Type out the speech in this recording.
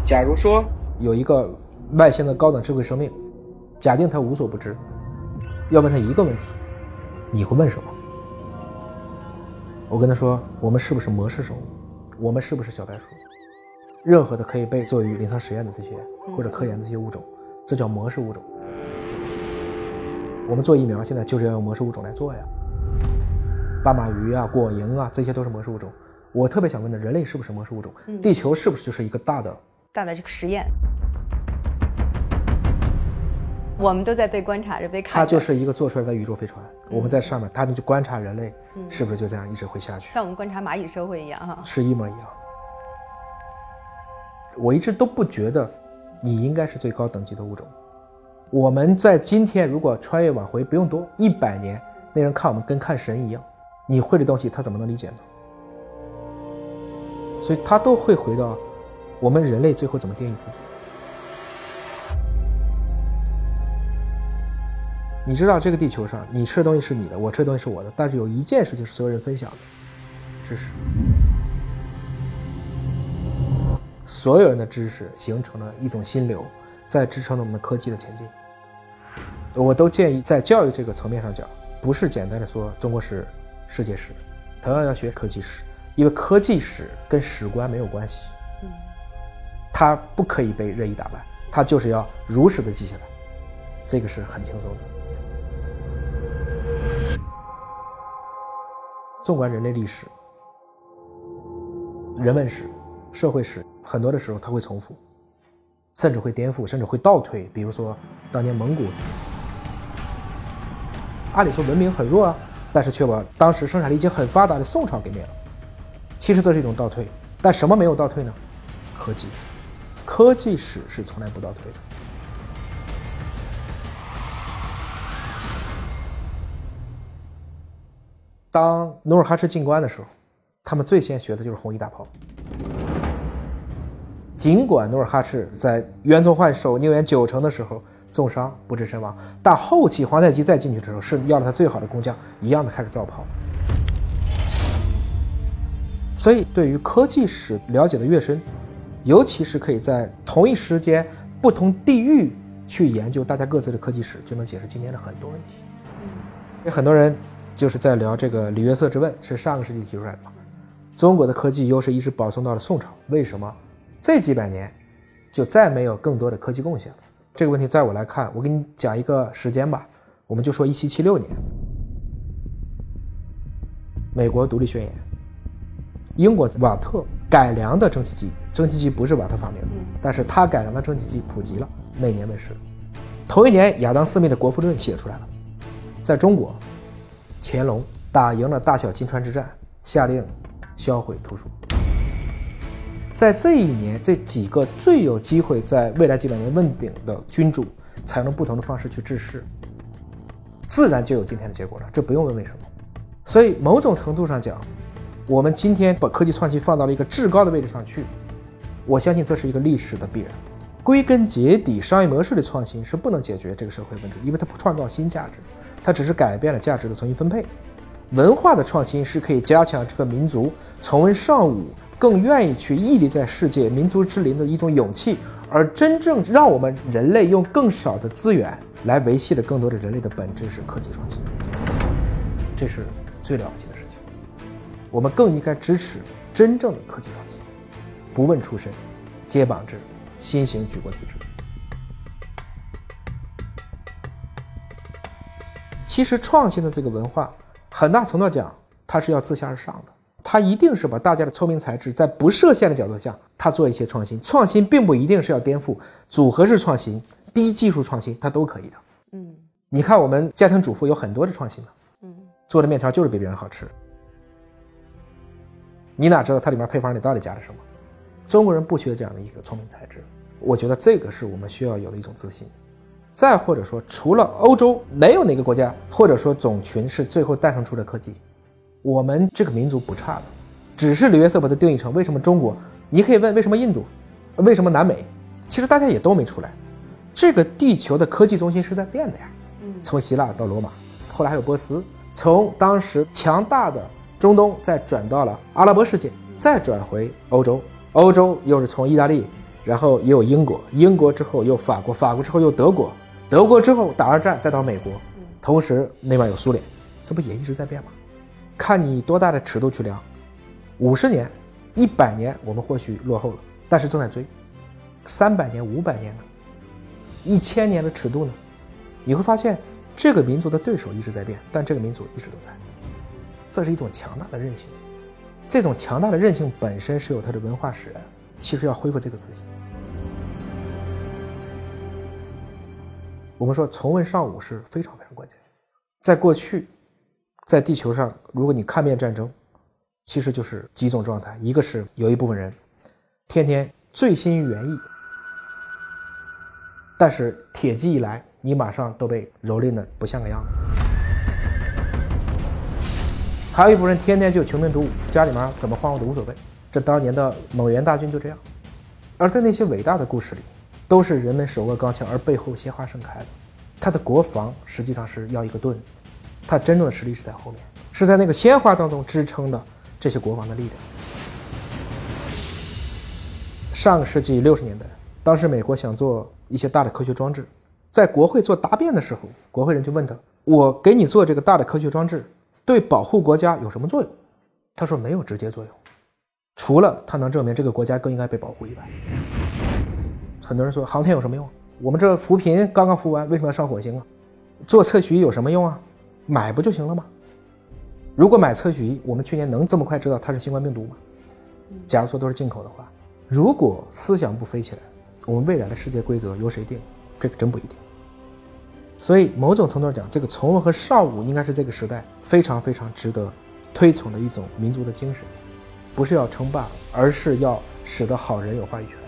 假如说有一个外星的高等智慧生命，假定他无所不知，要问他一个问题，你会问什么？我跟他说，我们是不是模式生物？我们是不是小白鼠？任何的可以被作于临床实验的这些或者科研的这些物种，这叫模式物种。我们做疫苗现在就是要用模式物种来做呀，斑马鱼啊、果蝇啊，这些都是模式物种。我特别想问的，人类是不是模式物种？地球是不是就是一个大的这个实验？我们都在被观察着，被看着。 它就是一个做出来的宇宙飞船，我们在上面，它就观察人类是不是就这样一直会下去， 像我们观察蚂蚁社会一样哈， 是一模一样。我一直都不觉得你应该是最高等级的物种。我们在今天如果穿越往回不用多100年，那人看我们跟看神一样，你会的东西他怎么能理解呢？所以他都会回到我们人类最后怎么定义自己。你知道这个地球上你吃的东西是你的，我吃的东西是我的，但是有一件事情是所有人分享的，知识。所有人的知识形成了一种心流，在支撑着我们的科技的前进。我都建议在教育这个层面上讲，不是简单的说中国史、世界史，同样要学科技史，因为科技史跟史观没有关系，它不可以被任意打败，它就是要如实的记下来，这个是很轻松的。纵观人类历史、人文史、社会史，很多的时候它会重复，甚至会颠覆，甚至会倒退。比如说当年蒙古，按理说文明很弱啊，但是却把当时生产力已经很发达的宋朝给灭了。其实这是一种倒退，但什么没有倒退呢？科技，科技史是从来不倒退的。当努尔哈赤进关的时候，他们最先学的就是红衣大炮。尽管努尔哈赤在袁崇焕守宁远9城的时候重伤不治身亡，但后期皇太极再进去的时候是要了他最好的工匠一样的开始造炮。所以对于科技史了解的越深，尤其是可以在同一时间不同地域去研究大家各自的科技史，就能解释今天的很多问题。有很多人就是在聊这个里约瑟之问，是上个世纪提出来的嘛？中国的科技优势一直保存到了宋朝，为什么这几百年就再没有更多的科技贡献了？这个问题在我来看，我给你讲一个时间吧，我们就说1776年，美国独立宣言，英国瓦特改良的蒸汽机，蒸汽机不是瓦特发明的，但是他改良的蒸汽机普及了，那年问世。同一年，亚当斯密的《国富论》写出来了。在中国，乾隆打赢了大小金川之战，下令销毁图书。在这一年，这几个最有机会在未来几百年问鼎的君主，采用不同的方式去治世，自然就有今天的结果了，这不用问为什么。所以某种程度上讲，我们今天把科技创新放到了一个至高的位置上去，我相信这是一个历史的必然。归根结底，商业模式的创新是不能解决这个社会问题，因为它不创造新价值，它只是改变了价值的重新分配。文化的创新是可以加强这个民族从文尚武，更愿意去屹立在世界民族之林的一种勇气，而真正让我们人类用更少的资源来维系的更多的人类的本质是科技创新，这是最了不起的事情。我们更应该支持真正的科技创新，不问出身，接榜制，新型举国体制。其实创新的这个文化，很大程度讲，它是要自下而上的，它一定是把大家的聪明才智，在不设限的角度下，它做一些创新。创新并不一定是要颠覆，组合式创新、低技术创新，它都可以的。你看我们家庭主妇有很多的创新的，做的面条就是比别人好吃，你哪知道它里面配方里到底加了什么？中国人不缺这样的一个聪明才智，我觉得这个是我们需要有的一种自信。再或者说，除了欧洲，没有哪个国家或者说种群是最后诞生出的科技。我们这个民族不差的，只是里约瑟把它定义成为什么中国，你可以问为什么印度，为什么南美，其实大家也都没出来。这个地球的科技中心是在变的呀，从希腊到罗马，后来还有波斯，从当时强大的中东再转到了阿拉伯世界，再转回欧洲，欧洲又是从意大利， 然后也有英国，英国之后又法国，法国之后又德国，德国之后打二战再到美国，同时那边有苏联，这不也一直在变吗？看你多大的尺度去量，50年、100年我们或许落后了，但是正在追，300年、500年呢，1000年的尺度呢？你会发现这个民族的对手一直在变，但这个民族一直都在。这是一种强大的韧性，这种强大的韧性本身是有它的文化史的，其实要恢复这个自信。我们说从文尚武是非常非常关键的。在过去，在地球上，如果你看遍战争，其实就是几种状态，一个是有一部分人天天醉心于园艺，但是铁骑一来，你马上都被蹂躏的不像个样子。还有一部分人天天就穷兵黩武，家里面怎么慌我都无所谓，这当年的蒙元大军就这样。而在那些伟大的故事里，都是人们手握钢枪而背后鲜花盛开的，他的国防实际上是要一个盾，他真正的实力是在后面，是在那个鲜花当中支撑的这些国防的力量。上个世纪60年代，当时美国想做一些大的科学装置，在国会做答辩的时候，国会人就问他，我给你做这个大的科学装置对保护国家有什么作用？他说没有直接作用，除了他能证明这个国家更应该被保护以外。很多人说航天有什么用？我们这扶贫刚刚扶完，为什么要上火星啊？做测序仪有什么用啊？买不就行了吗？如果买测序仪，我们去年能这么快知道它是新冠病毒吗？假如说都是进口的话，如果思想不飞起来，我们未来的世界规则由谁定？这个真不一定。所以某种程度上讲，这个从文和尚武应该是这个时代非常非常值得推崇的一种民族的精神，不是要称霸，而是要使得好人有话语权。